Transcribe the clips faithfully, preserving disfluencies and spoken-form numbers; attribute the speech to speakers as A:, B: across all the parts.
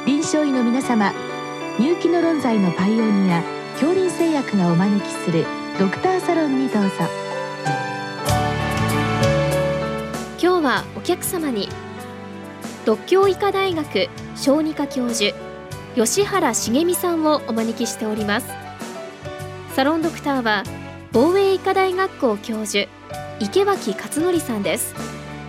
A: 臨床医の皆様、入気の論剤のパイオニア杏林製薬がお招きするドクターサロンにどうぞ。
B: 今日はお客様に獨協医科大学小児科教授吉原茂美さんをお招きしております。サロンドクターは防衛医科大学校教授池脇勝則さんです。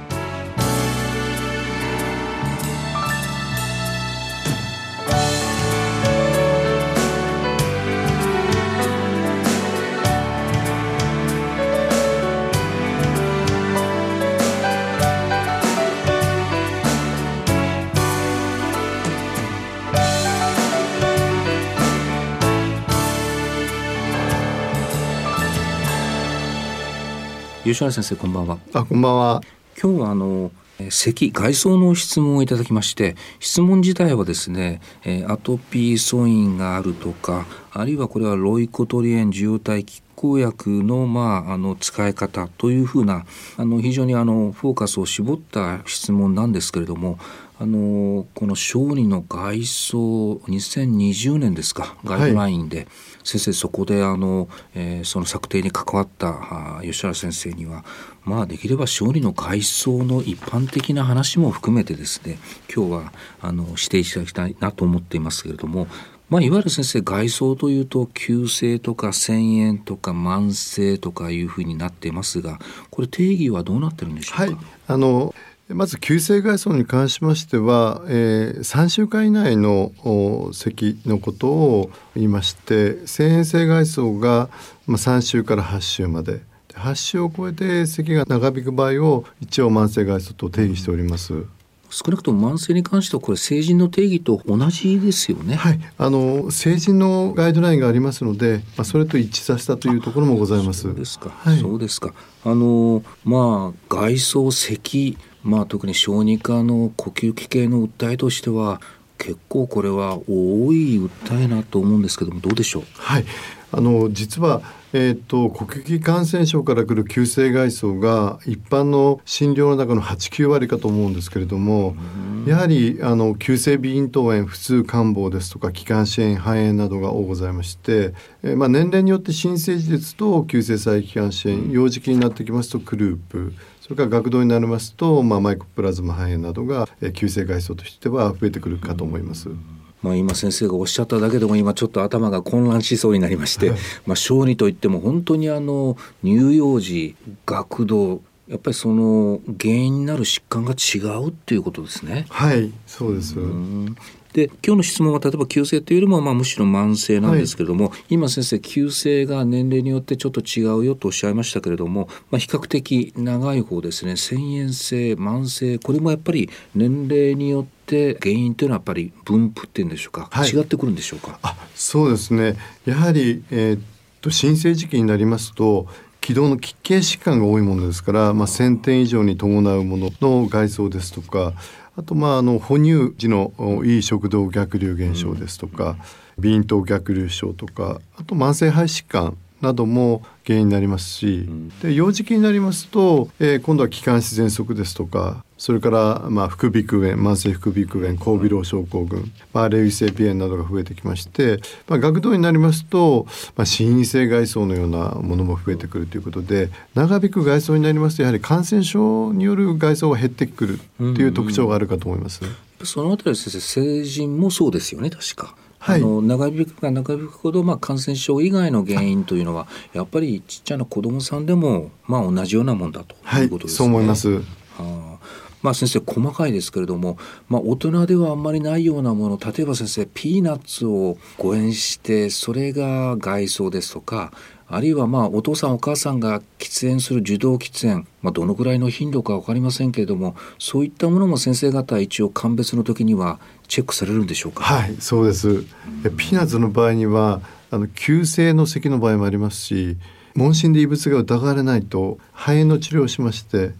C: 吉原先生、こんばんは。
D: あ、こんばんは。
C: 今日はあの咳外装の質問をいただきまして、質問自体はですね、えー、アトピー素因があるとか、あるいはこれはロイコトリエン受容体拮抗薬の、まあ、あの使い方というふうなあの非常にあのフォーカスを絞った質問なんですけれども、あのこの小児の外装にせんにじゅうねんですか、ガイドラインで、はい、先生そこであの、えー、その策定に関わった吉原先生には、まあ、できれば小児の外装の一般的な話も含めてですね、今日はあのしていただきたいなと思っていますけれども、まあ、いわゆる先生、外装というと急性とか遷延とか慢性とかいうふうになっていますが、これ定義はどうなってるんでしょうか。
D: はい、あのまず急性外装に関しましては、えー、さんしゅうかん以内の咳のことを言いまして、遷延性外装が、まあ、さん週からはち週まで、はち週を超えて咳が長引く場合を一応慢性外装と定義しております。
C: 少なくとも慢性に関してはこれ成人の定義と同じですよね。
D: はい、あの成人のガイドラインがありますので、まあ、それと一致させたというところもございます。
C: そうですか、
D: はい、
C: そうですか。あのまあ外装咳、まあ、特に小児科の呼吸器系の訴えとしては結構これは多い訴えなと思うんですけども、どうでしょう。
D: はい、あの実は、えー、と呼吸器感染症から来る急性外装が一般の診療の中の はちきゅう割かと思うんですけれども、やはりあの急性鼻咽頭炎、腹痛感冒ですとか気管支炎、肺炎などが多ございまして、えーまあ、年齢によって新生児ですと急性細気管支炎、幼児期になってきますとクループ、それから学童になりますと、まあ、マイコプラズマ肺炎などが、えー、急性外装としては増えてくるかと思います。
C: まあ、今先生がおっしゃっただけでも今ちょっと頭が混乱しそうになりまして、まあ、小児といっても本当にあの乳幼児、学童、やっぱりその原因になる疾患が違うっていうことですね。
D: はい、そうです。
C: うん、で今日の質問は例えば急性というよりも、まあ、むしろ慢性なんですけれども、はい、今先生急性が年齢によってちょっと違うよとおっしゃいましたけれども、まあ、比較的長い方ですね、遷延性、慢性、これもやっぱり年齢によって原因というのはやっぱり分布っていうんでしょうか、はい、違ってくるんでしょうか。
D: あ、そうですね、やはり、えー、っと新生児期になりますと気道の気系疾患が多いものですから、まあ、せんてん以上に伴うものの外装ですとか、あとまああの哺乳時のいい食道逆流現象ですとか、鼻咽頭逆流症とか、あと慢性肺疾患なども原因になりますし、で幼児期になりますと、えー、今度は気管支喘息ですとか、それからまあ副鼻腔炎、慢性副鼻腔炎、高微漏症候群、まあ、レウイ性鼻炎などが増えてきまして、まあ、学童になりますと、まあ、心因性外装のようなものも増えてくるということで、長引く外装になりますとやはり感染症による外装が減ってくるという特徴があるかと思います。
C: うんうん、そのあたり先生、成人もそうですよね、確か。
D: はい、
C: あの長引くか長引くほど、まあ、感染症以外の原因というのはやっぱりちっちゃな子どもさんでも、まあ、同じようなもんだということですね。
D: はい、そう思います。は
C: あ、まあ、先生細かいですけれども、まあ、大人ではあんまりないようなもの、例えば先生ピーナッツを誤嚥してそれが外装ですとか、あるいはまあお父さんお母さんが喫煙する受動喫煙、まあ、どのぐらいの頻度か分かりませんけれども、そういったものも先生方一応鑑別の時にはチェックされるんでしょうか。
D: はい、そうです。ピーナッツの場合にはあの急性の咳の場合もありますし、問診で異物が疑われないと肺炎の治療をしまして、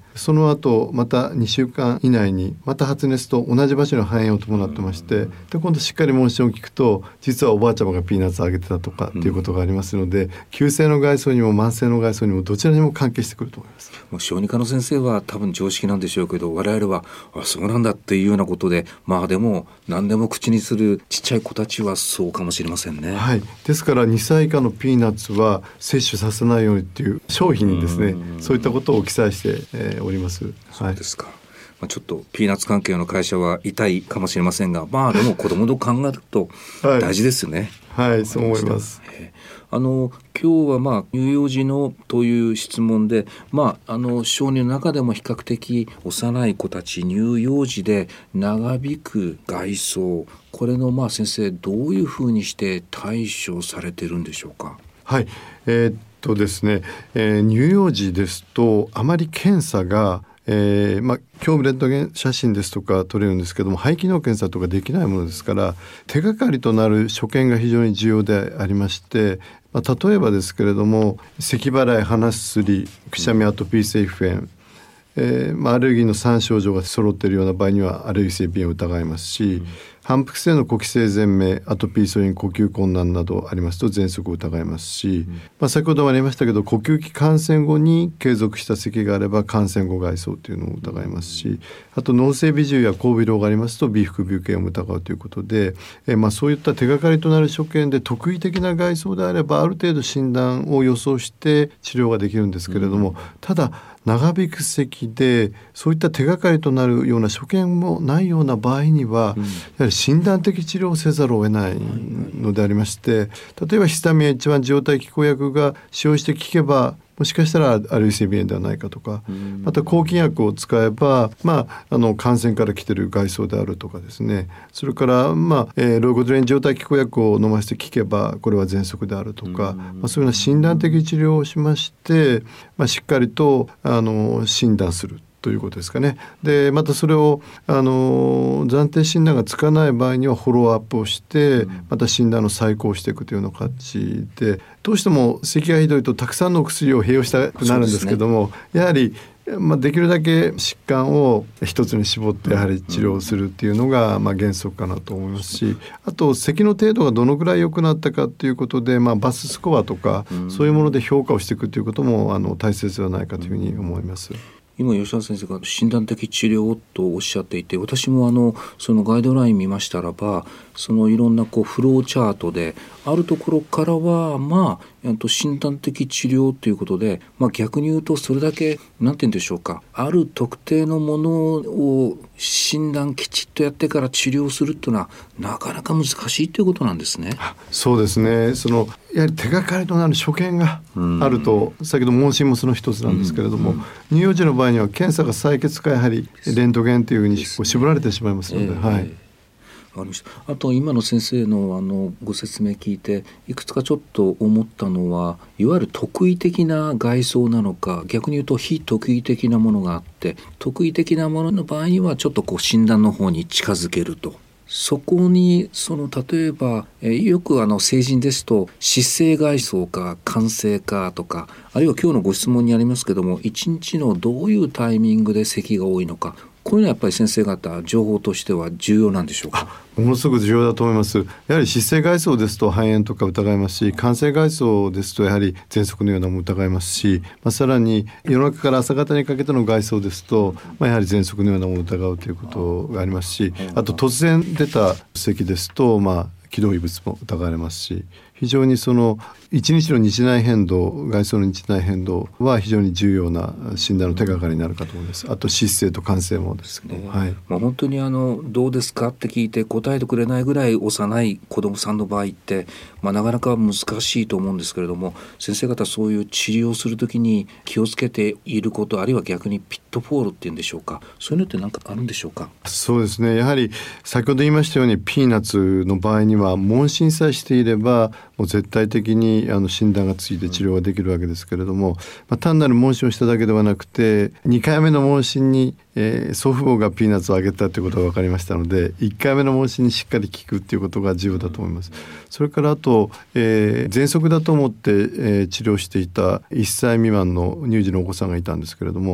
D: その後またにしゅうかん以内にまた発熱と同じ場所の肺炎を伴ってまして、で今度しっかり問診を聞くと実はおばあちゃまがピーナッツをあげてたとかっていうことがありますので、急性の外傷にも慢性の外傷にもどちらにも関係してくると思います。
C: 小児科の先生は多分常識なんでしょうけど、我々はあそうなんだっていうようなことで、まあでも何でも口にするちっちゃい子たちはそうかもしれませんね。
D: はい、ですからにさい以下のピーナッツは摂取させないようにっていう商品にですね、そういったことを記載して、えー、おります。
C: そうですか。はい、まあ、ちょっとピーナッツ関係の会社は痛いかもしれませんが、まあでも子供と考えると大事ですよね。
D: はい、はい、そう思います。
C: えーあの今日はまあ乳幼児のという質問で、まあ、あの小児の中でも比較的幼い子たち、乳幼児で長引く外傷、これのまあ先生どういうふうにして対処されているんでしょうか。
D: はい、えー、っとですね、えー、乳幼児ですとあまり検査がえーまあ、胸部レントゲン写真ですとか撮れるんですけども、肺機能検査とかできないものですから、手がかりとなる所見が非常に重要でありまして、まあ、例えばですけれども咳払い、鼻すすり、くしゃみ、アトピー性皮膚炎、えーまあ、アレルギーのさん症状が揃っているような場合にはアレルギー性鼻炎を疑いますし、うん、反復性の呼気性全鳴、アトピー素因、呼吸困難などありますと喘息を疑いますし、うん、まあ、先ほどもありましたけど呼吸器感染後に継続した咳があれば感染後外傷というのを疑いますし、あと脳性鼻重や後鼻漏がありますと鼻副鼻腔炎を疑うということで、えーまあ、そういった手がかりとなる所見で特異的な外傷であればある程度診断を予想して治療ができるんですけれども、うん、ただ長引く咳でそういった手がかりとなるような所見もないような場合には、うん、やはり診断的治療をせざるを得ないのでありまして、例えばヒスタミン エイチワン 受容体拮抗薬が使用して効けばもしかしたらアレルギー性鼻炎ではないかとか、また抗菌薬を使えば、まあ、あの感染から来ている外傷であるとかですね、それから、まあえー、ロイコトリエン受容体拮抗薬を飲ませて効けばこれは喘息であるとか、まあ、そういうような診断的治療をしまして、まあ、しっかりとあの診断するということですかね。でまたそれをあの暫定診断がつかない場合にはフォローアップをしてまた診断の再考していくというような形で、どうしても咳がひどいとたくさんの薬を併用したくなるんですけども、ね、やはりまあ、できるだけ疾患を一つに絞ってやはり治療するっていうのがまあ原則かなと思いますし、あと咳の程度がどのくらい良くなったかっていうことで、まあ、バススコアとかそういうもので評価をしていくということもあの大切ではないかというふうに思います。
C: 今吉田先生が診断的治療とおっしゃっていて、私もあのそのガイドライン見ましたらば、そのいろんなこうフローチャートであるところからはまあ診断的治療ということで、まあ、逆に言うとそれだけなんて言うんでしょうか、ある特定のものを診断きちっとやってから治療するというのはなかなか難しいということなんですね。
D: そうですね。そのやはり手がかりとなる所見があると、先ほど問診もその一つなんですけれども、乳幼児の場合には検査が採血かやはりレントゲンというふうに絞られてしまいますので、えーはい、
C: ありました。あと今の先生のあのご説明聞いていくつかちょっと思ったのは、いわゆる特異的な外傷なのか、逆に言うと非特異的なものがあって、特異的なものの場合にはちょっとこう診断の方に近づけると。そこにその例えば、えー、よくあの成人ですと湿性外傷か感性かとか、あるいは今日のご質問にありますけども、いちにちのどういうタイミングで咳が多いのか、こういうのはやっぱり先生方情報としては重要なんでしょうか。
D: ものすごく重要だと思います。やはり湿性外傷ですと肺炎とか疑いますし、感性外傷ですとやはり喘息のようなものも疑いますし、まあ、さらに夜中から朝方にかけての外傷ですと、まあ、やはり喘息のようなものを疑うということがありますし、あと突然出た咳ですと、まあ、気道異物も疑われますし、非常にそのいちにちの日内変動、外傷の日内変動は非常に重要な診断の手がかりになるかと思います。あと湿性と感性もですけど、
C: ね、
D: はい、
C: まあ、本当にあのどうですかって聞いて答えてくれないぐらい幼い子どもさんの場合って、まあ、なかなか難しいと思うんですけれども、先生方そういう治療をするときに気をつけていること、あるいは逆にピットフォールっていうんでしょうか、そういうのって何かあるんでしょうか。
D: そうですね。やはり先ほど言いましたようにピーナッツの場合には問診さえしていればもう絶対的にあの診断がついて治療ができるわけですけれども、まあ、単なる問診をしただけではなくてにかいめの問診に、えー、祖父母がピーナッツをあげたということが分かりましたので、いっかいめの問診にしっかり聞くということが重要だと思います。それからあと、えー、喘息だと思って、えー、治療していたいっさい未満の乳児のお子さんがいたんですけれども、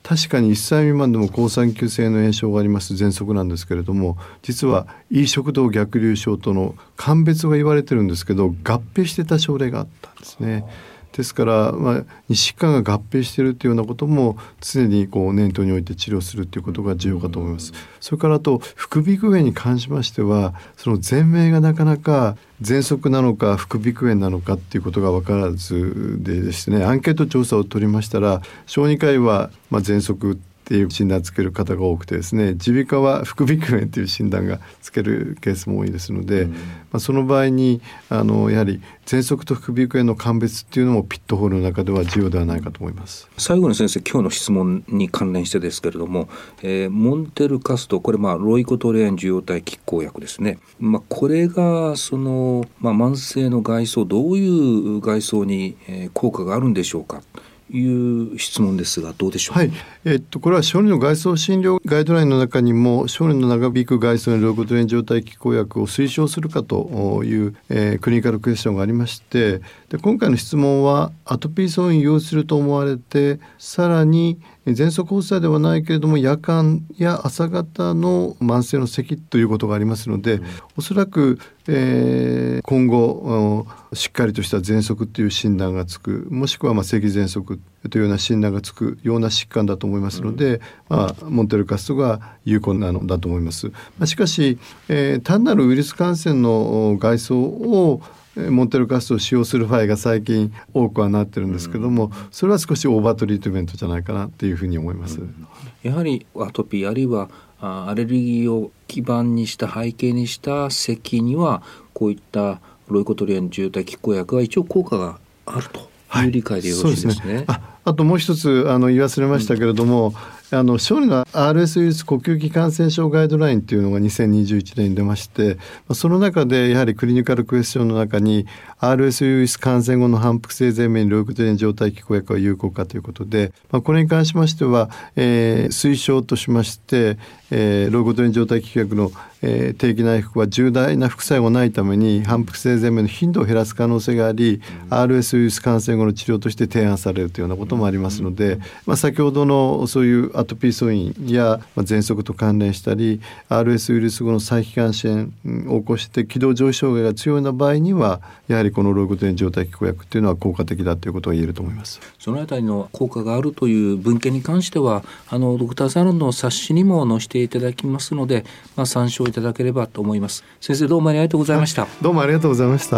D: 確かにいっさい未満でも好酸球性の炎症があります喘息なんですけれども、実は胃食道逆流症との鑑別が言われてるんですけど、合併してた症例があったんですね。ですから、まあ、に疾患が合併しているというようなことも常にこう念頭に置いて治療するということが重要かと思います。それからあと副鼻腔炎に関しましては、その前名がなかなか喘息なのか副鼻腔炎なのかっていうことが分からずでですね、アンケート調査を取りましたら、小児科医はまあ喘息っていう診断をつける方が多くてですね、耳鼻科は副鼻腔炎という診断がつけるケースも多いですので、うんまあ、その場合にあのやはり喘息と副鼻腔炎の鑑別っていうのもピットホールの中では重要ではないかと思います。
C: 最後に先生、今日の質問に関連してですけれども、えー、モンテルカスト、これまあロイコトリエン受容体拮抗薬ですね、まあ、これがその、まあ、慢性の外装、どういう外装に、えー、効果があるんでしょうかいう質問ですが、どうでしょうか。
D: はい、えっと、これは小児の外装診療ガイドラインの中にも、小児の長引く外装にロイコトリエン受容体拮抗薬を推奨するかという、えー、クリニカルクエスチョンがありまして、で今回の質問はアトピー素因を要すると思われて、さらに喘息発作ではないけれども夜間や朝方の慢性の咳ということがありますので、うん、おそらく、えー、今後しっかりとした喘息という診断がつく、もしくはまあ咳喘息というような診断がつくような疾患だと思いますので、うんまあ、モンテルカストが有効なのだと思います。まあ、しかし、えー、単なるウイルス感染の外装をモンテルカストを使用する場合が最近多くはなってるんですけども、うん、それは少しオーバートリートメントじゃないかなというふうに思います。うん、
C: やはりアトピーあるいはアレルギーを基盤にした背景にした咳にはこういったロイコトリエン受容体拮抗薬が一応効果があるという理解でよろしいですね。はい、そうですね。
D: あ、あともう一つあの言い忘れましたけれども、うんあの小児の アールエス ウイルス呼吸器感染症ガイドラインというのがにせんにじゅういちねんに出まして、その中でやはりクリニカルクエスチョンの中に アールエス ウイルス感染後の反復性前面にロイコトリエン受容体拮抗薬は有効かということで、まあ、これに関しましては、えー、推奨としまして、えー、ロイコトリエン受容体拮抗薬の、えー、定期内服は重大な副作用がないために反復性前面の頻度を減らす可能性があり、うん、アールエス ウイルス感染後の治療として提案されるというようなこともありますので、まあ、先ほどのそういうアトピー素因や喘息と関連したり アールエス ウイルス後の細気管支炎を起こして気道上皮障害が強いような場合にはやはりこのロイコトリエン受容体拮抗薬というのは効果的だということが言えると思います。
C: そのあたりの効果があるという文献に関してはあのドクターサロンの冊子にも載せていただきますので、まあ、参照いただければと思います。先生どうもありがとうございました。
D: どうもありがとうございました。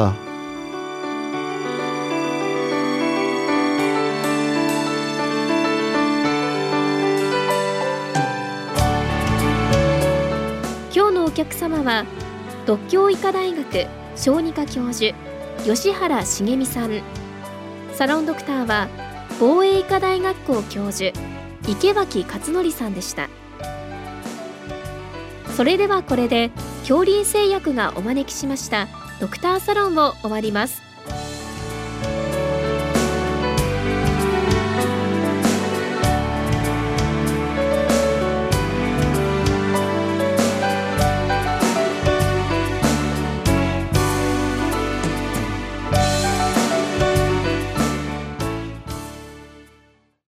B: お客様は獨協医科大学小児科教授吉原茂美さん、サロンドクターは防衛医科大学校教授池脇勝則さんでした。それではこれで恐林製薬がお招きしましたドクターサロンを終わります。